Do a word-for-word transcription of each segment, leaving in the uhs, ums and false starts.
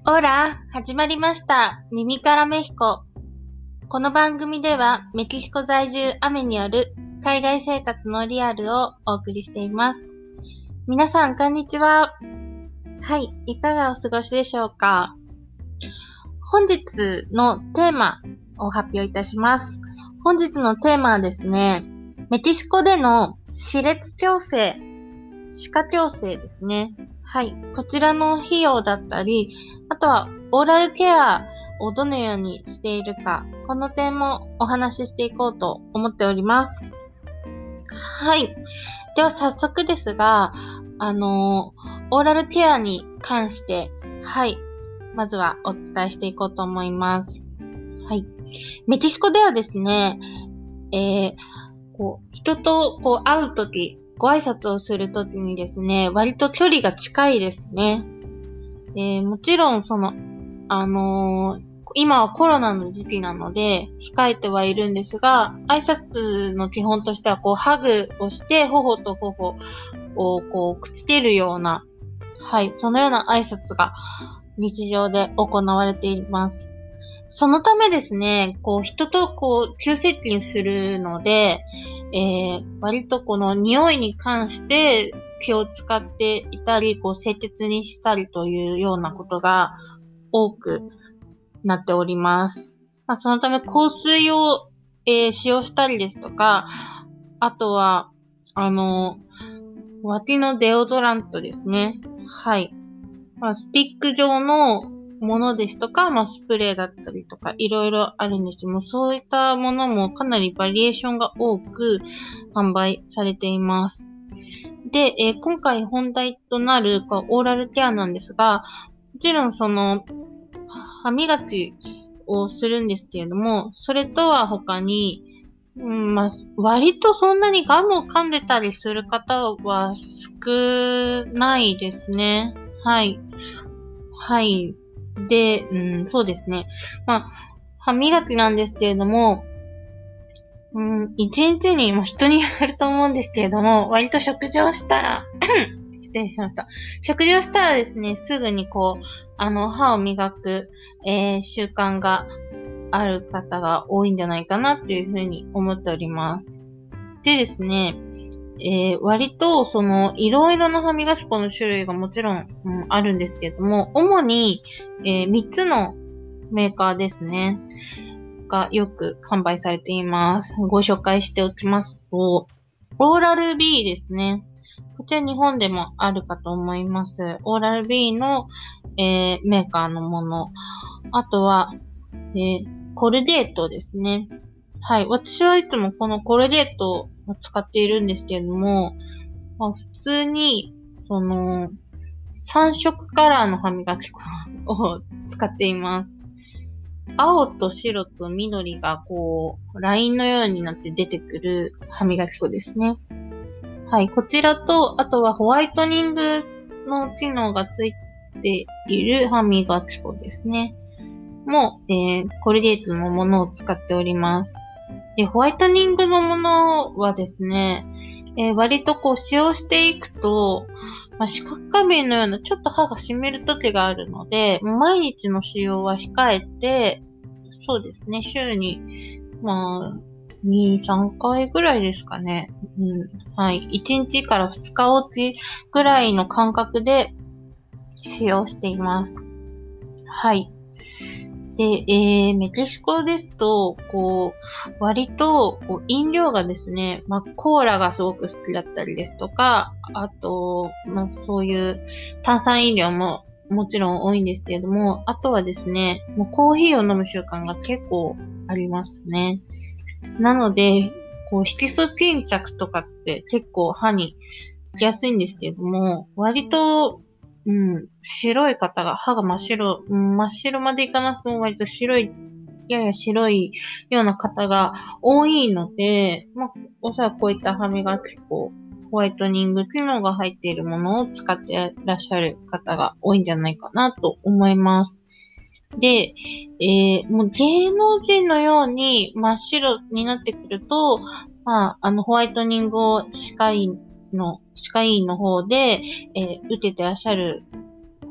オーラ、始まりました。耳からメヒコ。この番組ではメキシコ在住アメによる海外生活のリアルをお送りしています。皆さんこんにちは。はい、いかがお過ごしでしょうか。本日のテーマを発表いたします。本日のテーマはですね、メキシコでの歯列矯正、歯科矯正ですね。はい。こちらの費用だったり、あとはオーラルケアをどのようにしているか、この点もお話ししていこうと思っております。はい。では早速ですが、あのー、オーラルケアに関して、はい。まずはお伝えしていこうと思います。はい。メキシコではですね、えー、こう、人とこう会うとき、ご挨拶をするときにですね、割と距離が近いですね。えー、もちろんその、あのー、今はコロナの時期なので控えてはいるんですが、挨拶の基本としてはこうハグをして頬と頬をこうくっつけるような、はい、そのような挨拶が日常で行われています。そのためですね、こう人とこう急接近するので、えー、割とこの匂いに関して気を使っていたり、こう清潔にしたりというようなことが多くなっております。まあ、そのため香水を、えー、使用したりですとか、あとは、あの、脇のデオドラントですね。はい。まあ、スティック状のものですとか、まあ、スプレーだったりとか、いろいろあるんですけども、そういったものもかなりバリエーションが多く販売されています。で、えー、今回本題となるこうオーラルケアなんですが、もちろんその、歯磨きをするんですけれども、それとは他に、うん、まあ、割とそんなにガムを噛んでたりする方は少ないですね。はい。はい。で、うん、そうですね。まあ、歯磨きなんですけれども、うん、一日にも人によると思うんですけれども、割と食事をしたら、失礼しました。食事をしたらですね、すぐにこう、あの、歯を磨く、えー、習慣がある方が多いんじゃないかなっていうふうに思っております。でですね、えー、割と、その、いろいろな歯磨き粉の種類がもちろん、うん、あるんですけれども、主に、えー、みっつのメーカーですね。がよく販売されています。ご紹介しておきますと、オーラル B ですね。こちら日本でもあるかと思います。オーラル B の、えー、メーカーのもの。あとは、えー、コルゲートですね。はい。私はいつもこのコルゲートを使っているんですけれども、まあ、普通に、その、さん色カラーの歯磨き粉を使っています。青と白と緑がこう、ラインのようになって出てくる歯磨き粉ですね。はい。こちらと、あとはホワイトニングの機能がついている歯磨き粉ですね。も、えー、コルゲートのものを使っております。で、ホワイトニングのものはですね、えー、割とこう使用していくと、まあ、四角過敏のようなちょっと歯が湿る時があるので、毎日の使用は控えて、そうですね、週に、まあ、に、さんかいぐらいですかね。うん、はい。いちにちからふつかおきぐらいの間隔で使用しています。はい。で、えー、メキシコですと、こう、割と、こう、飲料がですね、まあ、コーラがすごく好きだったりですとか、あと、まあ、そういう炭酸飲料ももちろん多いんですけれども、あとはですね、もうコーヒーを飲む習慣が結構ありますね。なので、こう、色素巾着とかって結構歯につきやすいんですけれども、割と、うん、白い方が、歯が真っ白、うん、真っ白までいかなくても割と白い、やや白いような方が多いので、まあ、おそらくこういった歯磨き粉、ホワイトニング機能が入っているものを使っていらっしゃる方が多いんじゃないかなと思います。で、えー、もう芸能人のように真っ白になってくると、まあ、あの、ホワイトニングを歯科医の、歯科医の方で、えー、受けてらっしゃる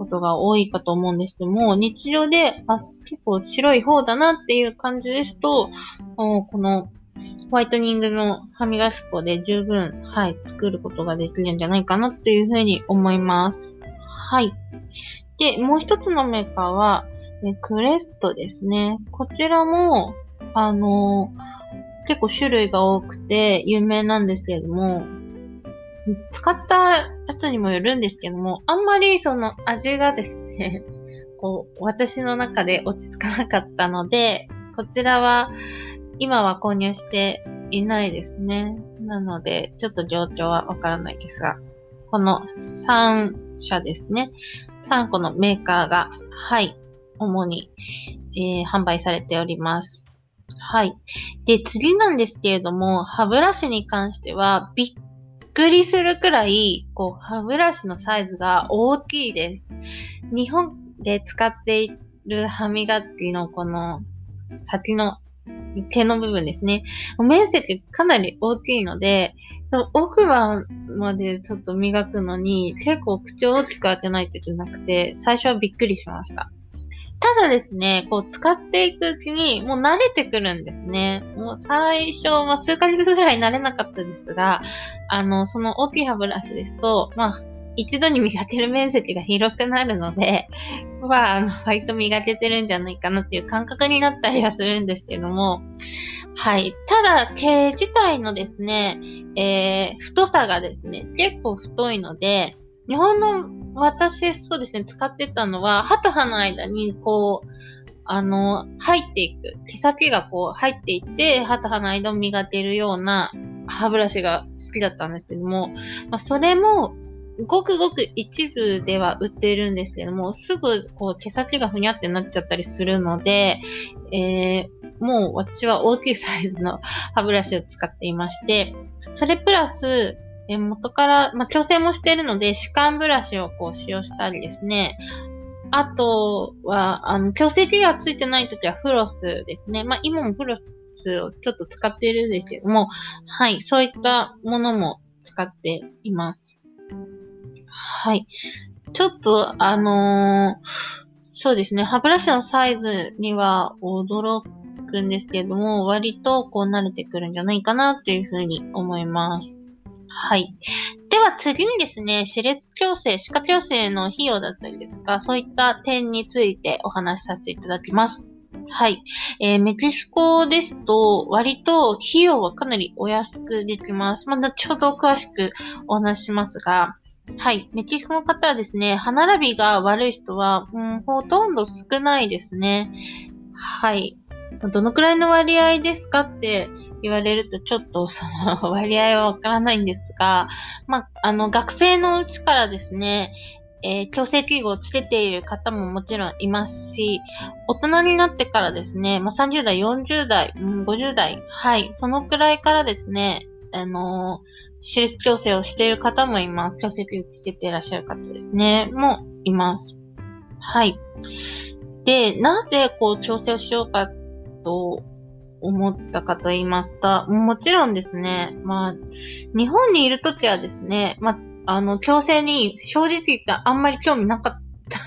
ことが多いかと思うんですけども、日常で、あ、結構白い方だなっていう感じですと、このホワイトニングの歯磨き粉で十分、はい、作ることができるんじゃないかなっていうふうに思います。はい。で、もう一つのメーカーは、クレストですね。こちらも、あの、結構種類が多くて有名なんですけれども、使ったやつにもよるんですけども、あんまりその味がですね、こう、私の中で落ち着かなかったので、こちらは今は購入していないですね。なので、ちょっと状況はわからないですが、このさん社ですね。さんこのメーカーが、はい、主に、えー、販売されております。はい。で、次なんですけれども、歯ブラシに関しては、びっくりするくらい、こう、歯ブラシのサイズが大きいです。日本で使っている歯磨きのこの先の毛の部分ですね。面積かなり大きいので、奥歯までちょっと磨くのに結構口を大きく開けないといけなくて、最初はびっくりしました。ただですね、こう使っていくうちにもう慣れてくるんですね。もう最初、まあ、数ヶ月ぐらい慣れなかったですが、あの、その大きい歯ブラシですと、まあ、一度に磨ける面積が広くなるので、まあ、あの、割と磨けてるんじゃないかなっていう感覚になったりはするんですけども、はい。ただ、毛自体のですね、えー、太さがですね、結構太いので、日本の私、そうですね、使ってたのは、歯と歯の間に、こう、あの、入っていく、毛先がこう入っていって、歯と歯の間を磨けるような歯ブラシが好きだったんですけども、まあ、それも、ごくごく一部では売っているんですけども、すぐこう毛先がふにゃってなっちゃったりするので、えー、もう私は大きいサイズの歯ブラシを使っていまして、それプラス、え元から、まあ、矯正もしているので、歯間ブラシをこう使用したりですね。あとは、あの、矯正器がついてないときはフロスですね。まあ、今もフロスをちょっと使っているんですけども、はい、そういったものも使っています。はい。ちょっと、あのー、そうですね、歯ブラシのサイズには驚くんですけれども、割とこう慣れてくるんじゃないかなっていうふうに思います。はい。では次にですね、歯列矯正、歯科矯正の費用だったりですか、そういった点についてお話しさせていただきます。はい。えー、メキシコですと、割と費用はかなりお安くできます。まあ、後ほど詳しくお話ししますが、はい。メキシコの方はですね、歯並びが悪い人は、うん、ほとんど少ないですね。はい。どのくらいの割合ですかって言われるとちょっとその割合はわからないんですが、まあ、あの、学生のうちからですね、えー、矯正器具をつけている方ももちろんいますし、大人になってからですね、まあ、さんじゅう代、よんじゅう代、うん、ごじゅう代、はい、そのくらいからですね、あのー、歯列矯正をしている方もいます。矯正器具つけていらっしゃる方ですね、もいます。はい。で、なぜこう矯正をしようかと思ったかと言いますと、もちろんですね、まあ、日本にいるときはですね、まあ、あの、矯正に正直言ったあんまり興味なかった、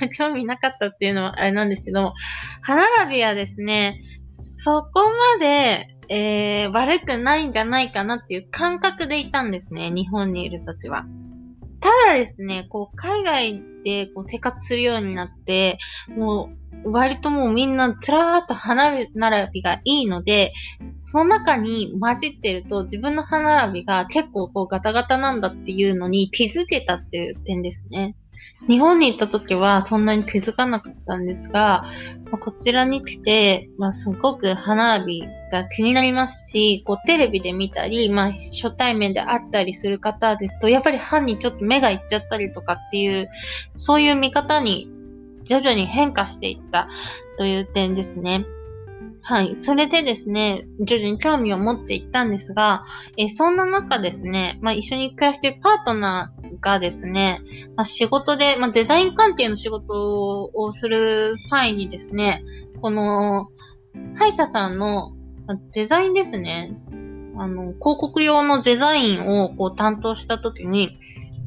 興味なかったっていうのはあれなんですけど、歯並びはですね、そこまで、えー、悪くないんじゃないかなっていう感覚でいたんですね、日本にいるときは。ただですね、こう、海外でこう生活するようになって、もう、割ともうみんなつらーっと歯並びがいいので、その中に混じってると自分の歯並びが結構こうガタガタなんだっていうのに気づけたっていう点ですね。日本に行った時はそんなに気づかなかったんですが、こちらに来て、まあ、すごく歯並びが気になりますし、こうテレビで見たり、まあ、初対面で会ったりする方ですと、やっぱり歯にちょっと目がいっちゃったりとかっていう、そういう見方に徐々に変化していったという点ですね。はい。それでですね、徐々に興味を持っていったんですが、えそんな中ですね、まあ、一緒に暮らしているパートナーがですね、まあ、仕事で、まあ、デザイン関係の仕事をする際にですね、この、歯医者さんのデザインですね、あの、広告用のデザインをこう担当したときに、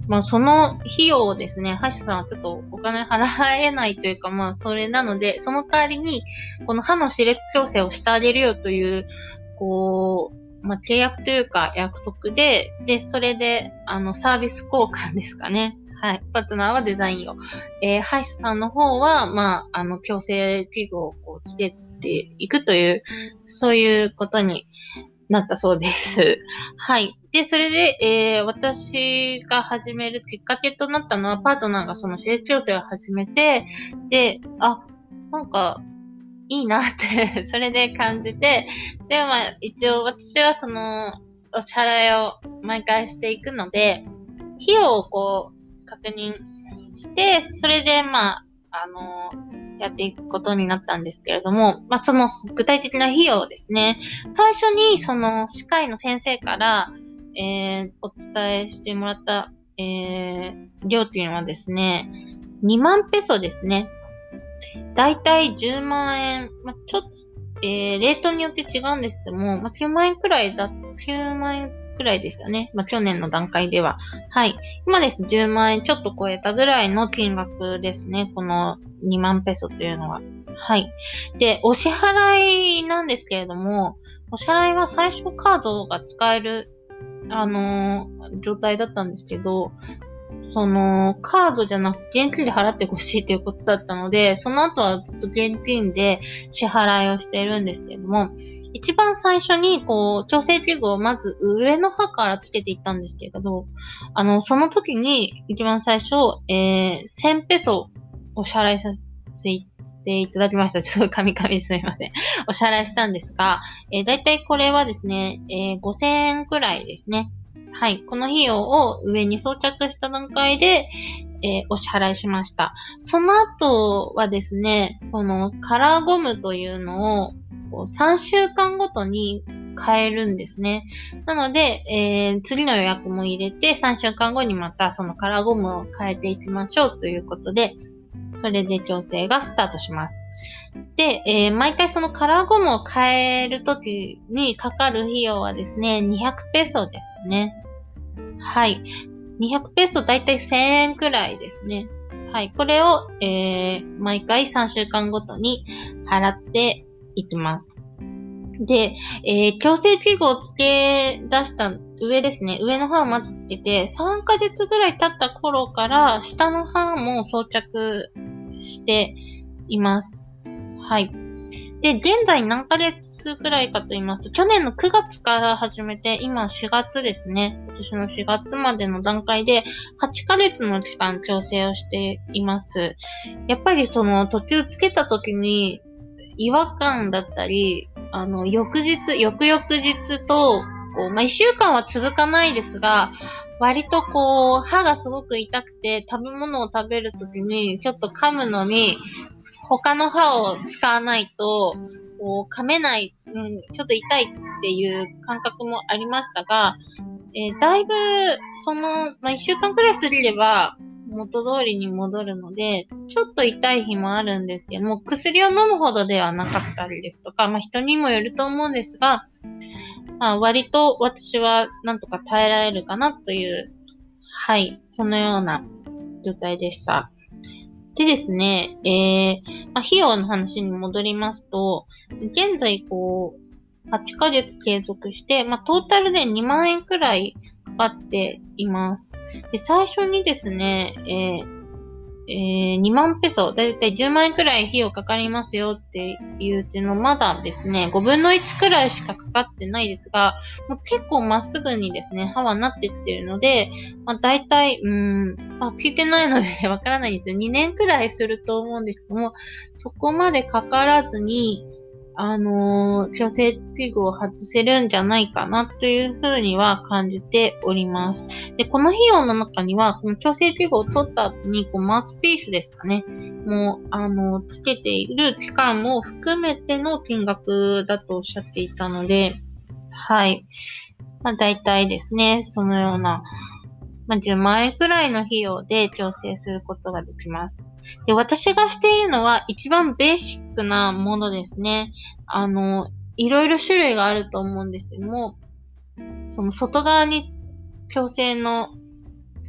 まあその費用をですね、歯医者さんはちょっとお金払えないというか、まあそれなので、その代わりに、この歯の歯列矯正をしてあげるよという、こう、まあ契約というか約束で、で、それで、あの、サービス交換ですかね。はい。パートナーはデザインを。えー、歯医者さんの方は、まあ、あの、矯正器具をこうつけていくという、そういうことになったそうです。はい。で、それで、えー、私が始めるきっかけとなったのは、パートナーがその歯列矯正を始めて、で、あ、なんか、いいなってそれで感じて、で、まあ、一応私はその、お支払いを毎回していくので、費用をこう、確認して、それで、まあ、あの、やっていくことになったんですけれども、まあ、その具体的な費用ですね。最初に、その、歯科医の先生から、えー、お伝えしてもらった、えー、料金はですね、にまんペソですね。だいたいじゅうまんえん、まあ、ちょっと、えー、レートによって違うんですけども、まあ、きゅうまんえんくらいだ、きゅうまんえんくらいでしたね。まあ、去年の段階では。はい。今です。じゅうまんえんちょっと超えたぐらいの金額ですね。このにまんペソというのは。はい。で、お支払いなんですけれども、お支払いは最初カードが使える、あのー、状態だったんですけど、その、カードじゃなくて現金で払ってほしいということだったので、その後はずっと現金で支払いをしているんですけれども、一番最初に、こう、矯正器具をまず上の歯からつけていったんですけれど、あの、その時に一番最初、えー、せんペソお支払いさせていただきました。すごいカミカミすみません。お支払いしたんですが、えー、だいたいこれはですね、えー、ごせんえんくらいですね。はい。この費用を上に装着した段階で、えー、お支払いしました。その後はですね、このカラーゴムというのをこうさんしゅうかんごとに変えるんですね。なので、えー、次の予約も入れてさんしゅうかんごにまたそのカラーゴムを変えていきましょうということで、それで調整がスタートします。で、えー、毎回そのカラーゴムを変えるときにかかる費用はですね、にひゃくペソですね。はい。にひゃくペソだいたいせんえんくらいですね。はい。これを、えー、毎回さんしゅうかんごとに払っていきます。で、えー、矯正器具を付け出した上ですね。上の歯をまずつけて、さんかげつぐらい経った頃から下の歯も装着しています。はい。で、現在何ヶ月くらいかと言いますと、去年のくがつから始めて、今しがつですね。今年のしがつまでの段階で、はちかげつの期間調整をしています。やっぱりその途中つけた時に違和感だったり、あの、翌日、翌々日と、こう、まあ、一週間は続かないですが、割とこう、歯がすごく痛くて、食べ物を食べるときに、ちょっと噛むのに、他の歯を使わないと、こう、噛めない、うん、ちょっと痛いっていう感覚もありましたが、えー、だいぶ、その、まあ、一週間くらい過ぎれば、元通りに戻るので、ちょっと痛い日もあるんですけども、薬を飲むほどではなかったりですとか、まあ、人にもよると思うんですが、まあ、割と私はなんとか耐えられるかなという、はい、そのような状態でした。でですね、えー、まあ、費用の話に戻りますと、現在こう、はちかげつ継続して、まあ、トータルでにまんえんくらいかかっています。で、最初にですね、えーえー、にまんペソ、だいたいじゅうまんえんくらい費用かかりますよっていううちのまだですね、ごぶんのいちくらいしかかかってないですが、もう結構まっすぐにですね、歯はなってきてるので、まあ大体、うーん、まあ聞いてないのでわからないですよ。にねんくらいすると思うんですけども、そこまでかからずに、あのー、矯正器具を外せるんじゃないかなというふうには感じております。で、この費用の中には、この矯正器具を取った後に、こう、マウスピースですかね。もう、あの、つけている期間も含めての金額だとおっしゃっていたので、はい。まあ、大体ですね、そのような、まあ、じゅうまんえんくらいの費用で調整することができます。で、私がしているのは一番ベーシックなものですね。あの、いろいろ種類があると思うんですけども、その外側に矯正の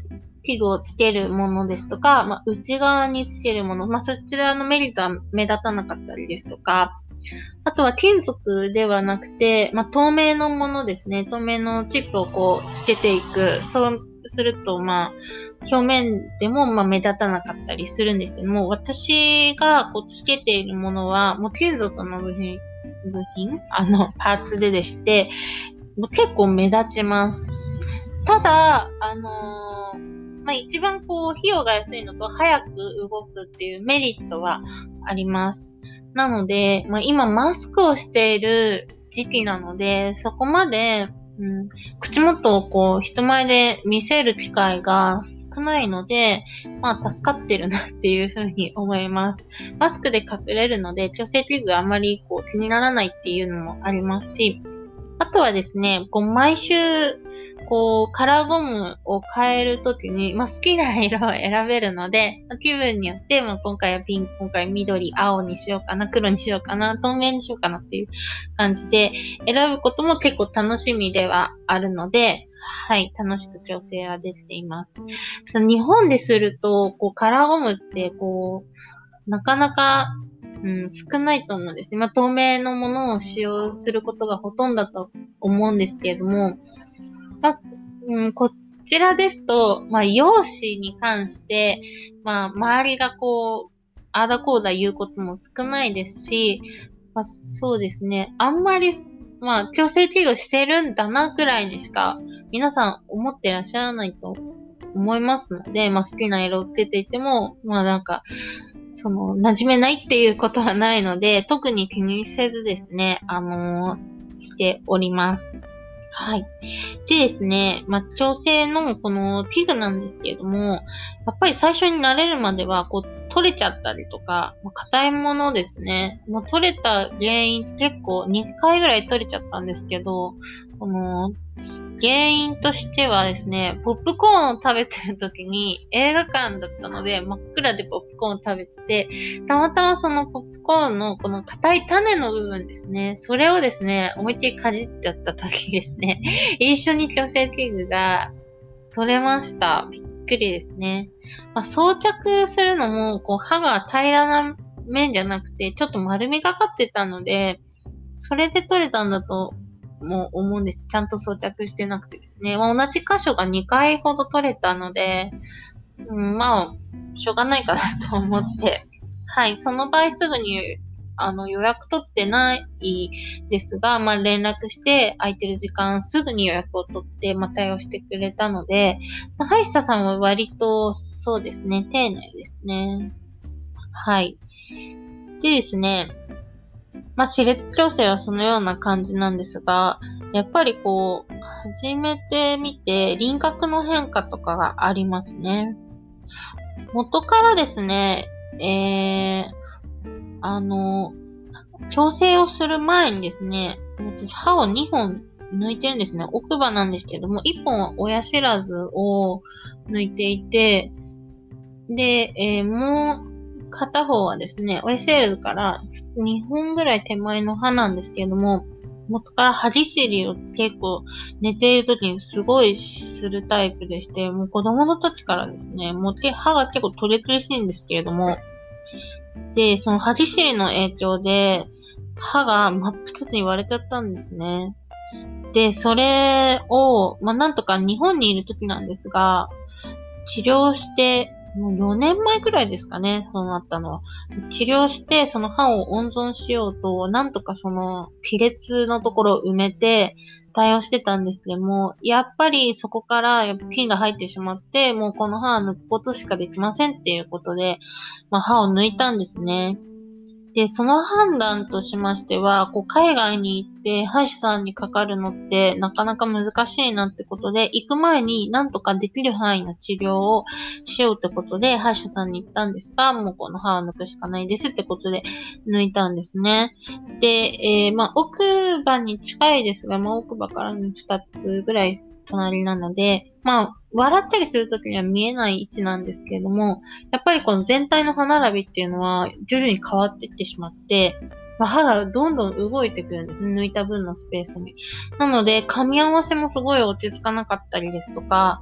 器具をつけるものですとか、まあ、内側につけるもの、まあ、そちらのメリットは目立たなかったりですとか、あとは金属ではなくて、まあ、透明のものですね。透明のチップをこうつけていく。そうすると、まあ、表面でもまあ目立たなかったりするんですけども、私がこうつけているものは、もう金属の部品、部品あの、パーツででして、もう結構目立ちます。ただ、あのー、まあ、一番こう、費用が安いのと早く動くっていうメリットはあります。なので、まあ、今マスクをしている時期なので、そこまで、うん、口元をこう、人前で見せる機会が少ないので、まあ、助かってるなっていうふうに思います。マスクで隠れるので、矯正器具があまりこう、気にならないっていうのもありますし、あとはですね、こう毎週、こう、カラーゴムを変えるときに、まあ、好きな色を選べるので、気分によって、まあ、今回はピンク、今回緑、青にしようかな、黒にしようかな、透明にしようかなっていう感じで、選ぶことも結構楽しみではあるので、はい、楽しく矯正はできています。その日本ですると、こう、カラーゴムって、こう、なかなか、うん、少ないと思うんですね。まあ、透明のものを使用することがほとんどだと思うんですけれども、まあ、うん、こちらですと、まあ、容姿に関して、まあ、周りがこう、あーだこーだ言うことも少ないですし、まあ、そうですね。あんまり、まあ、矯正器具してるんだな、くらいにしか、皆さん思ってらっしゃらないと思いますので、まあ、好きな色をつけていても、まあ、なんか、その、馴染めないっていうことはないので、特に気にせずですね、あのー、しております。はい。でですね、まあ、矯正のこの器具なんですけれども、やっぱり最初に慣れるまでは、こう、取れちゃったりとか、まあ、硬いものですね。もう取れた原因って結構にかいぐらい取れちゃったんですけど、この、原因としてはですね、ポップコーンを食べてる時に映画館だったので真っ暗でポップコーンを食べてて、たまたまそのポップコーンのこの硬い種の部分ですね、それをですね、思いっきりかじっちゃった時ですね、一緒に矯正器具が取れました。びっくりですね。まあ、装着するのも、こう刃が平らな面じゃなくて、ちょっと丸みがかってたので、それで取れたんだとも思うんです。ちゃんと装着してなくてですね。まあ、同じ箇所がにかいほど取れたので、うん、まあ、しょうがないかなと思って、はい、その場合すぐに、あの、予約取ってないですが、まあ、連絡して、空いてる時間すぐに予約を取って、まあ、対応してくれたので、まあ、歯医者さんは割と、そうですね、丁寧ですね。はい。でですね、まあ、歯列矯正はそのような感じなんですが、やっぱりこう、始めてみて、輪郭の変化とかがありますね。元からですね、えー、あの、矯正をする前にですね、私歯をにほん抜いてるんですね。奥歯なんですけども、いっぽんは親知らずを抜いていて、で、えー、もう片方はですね、親知らずからにほんぐらい手前の歯なんですけれども、元から歯ぎしりを結構寝ている時にすごいするタイプでして、もう子供の時からですね、もう歯が結構取れ苦しいんですけれども、で、その歯ぎしりの影響で歯が真っ二つに割れちゃったんですね。で、それを、まあ、なんとか日本にいる時なんですが、治療して、もうよねんまえくらいですかね、そうなったのは。治療して、その歯を温存しようと、なんとかその亀裂のところを埋めて対応してたんですけども、やっぱりそこからやっぱ菌が入ってしまって、もうこの歯を抜くことしかできませんっていうことで、まあ、歯を抜いたんですね。で、その判断としましては、こう海外に行って歯医者さんにかかるのってなかなか難しいなってことで、行く前になんとかできる範囲の治療をしようってことで歯医者さんに行ったんですが、もうこの歯を抜くしかないですってことで抜いたんですね。で、えー、まあ奥歯に近いですが、まあ奥歯からふたつぐらい隣なので、まあ、笑ったりするときには見えない位置なんですけれども、やっぱりこの全体の歯並びっていうのは徐々に変わってきてしまって、まあ、歯がどんどん動いてくるんですね。抜いた分のスペースに。なので、噛み合わせもすごい落ち着かなかったりですとか、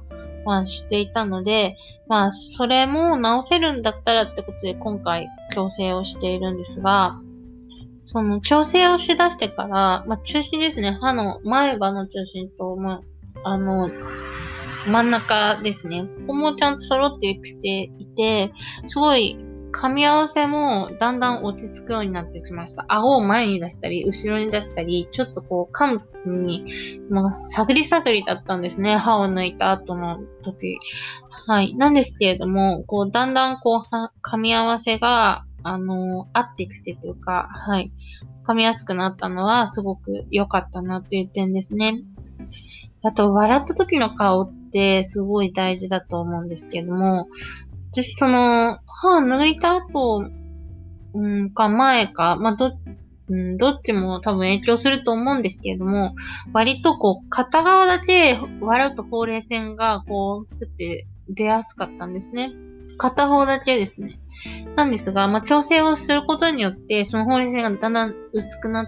まあしていたので、まあそれも直せるんだったらってことで今回矯正をしているんですが、その矯正をしだしてから、まあ中心ですね。歯の前歯の中心と、まあ、あの、真ん中ですね。ここもちゃんと揃ってきていて、すごい噛み合わせもだんだん落ち着くようになってきました。顎を前に出したり、後ろに出したり、ちょっとこう噛む時に、まあ、探り探りだったんですね。歯を抜いた後の時。はい。なんですけれども、こう、だんだんこう、噛み合わせが、あの、合ってきてというか、はい。噛みやすくなったのはすごく良かったなという点ですね。あと、笑った時の顔ってすごい大事だと思うんですけれども、私その、歯抜いた後、うんか前か、まあ、ど、うん、どっちも多分影響すると思うんですけれども、割とこう、片側だけ笑うとほうれい線がこう、ふって出やすかったんですね。片方だけですね。なんですが、まあ、調整をすることによって、そのほうれい線がだんだん薄くなって、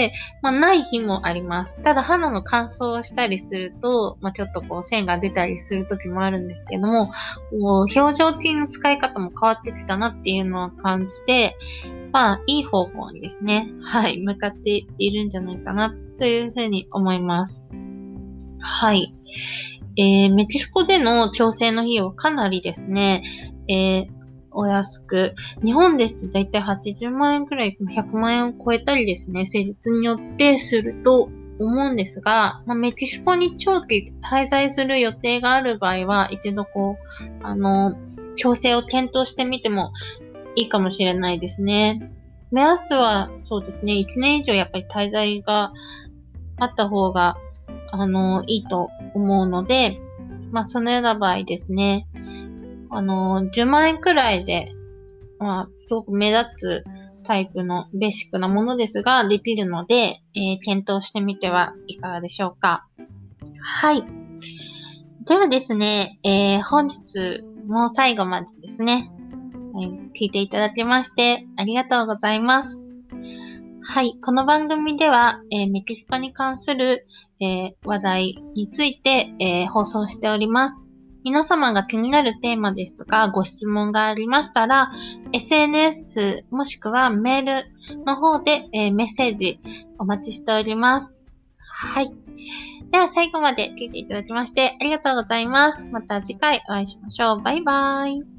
まあ、ない日もあります。ただ、肌の乾燥をしたりすると、まあ、ちょっとこう、線が出たりする時もあるんですけども、こう表情筋の使い方も変わってきたなっていうのを感じて、まあ、いい方向にですね、はい、向かっているんじゃないかな、というふうに思います。はい。えー、メキシコでの矯正の費用かなりですね、えー、お安く、日本ですとだいたいはちじゅうまんえんくらい、ひゃくまんえんを超えたりですね、施術によってすると思うんですが、まあ、メキシコに長期滞在する予定がある場合は、一度こう、あの、矯正を検討してみてもいいかもしれないですね。目安はそうですね、いちねん以上やっぱり滞在があった方が、あの、いいと思うので、まあ、そのような場合ですね、あの、じゅうまんえんくらいで、まあ、すごく目立つタイプのベーシックなものですが、できるので、えー、検討してみてはいかがでしょうか。はい。ではですね、えー、本日も最後までですね、はい、聞いていただきましてありがとうございます。はい。この番組では、えー、メキシコに関する、えー、話題について、えー、放送しております。皆様が気になるテーマですとか、ご質問がありましたら、エスエヌエス もしくはメールの方で、えー、メッセージお待ちしております。はい。では最後まで聞いていただきましてありがとうございます。また次回お会いしましょう。バイバーイ。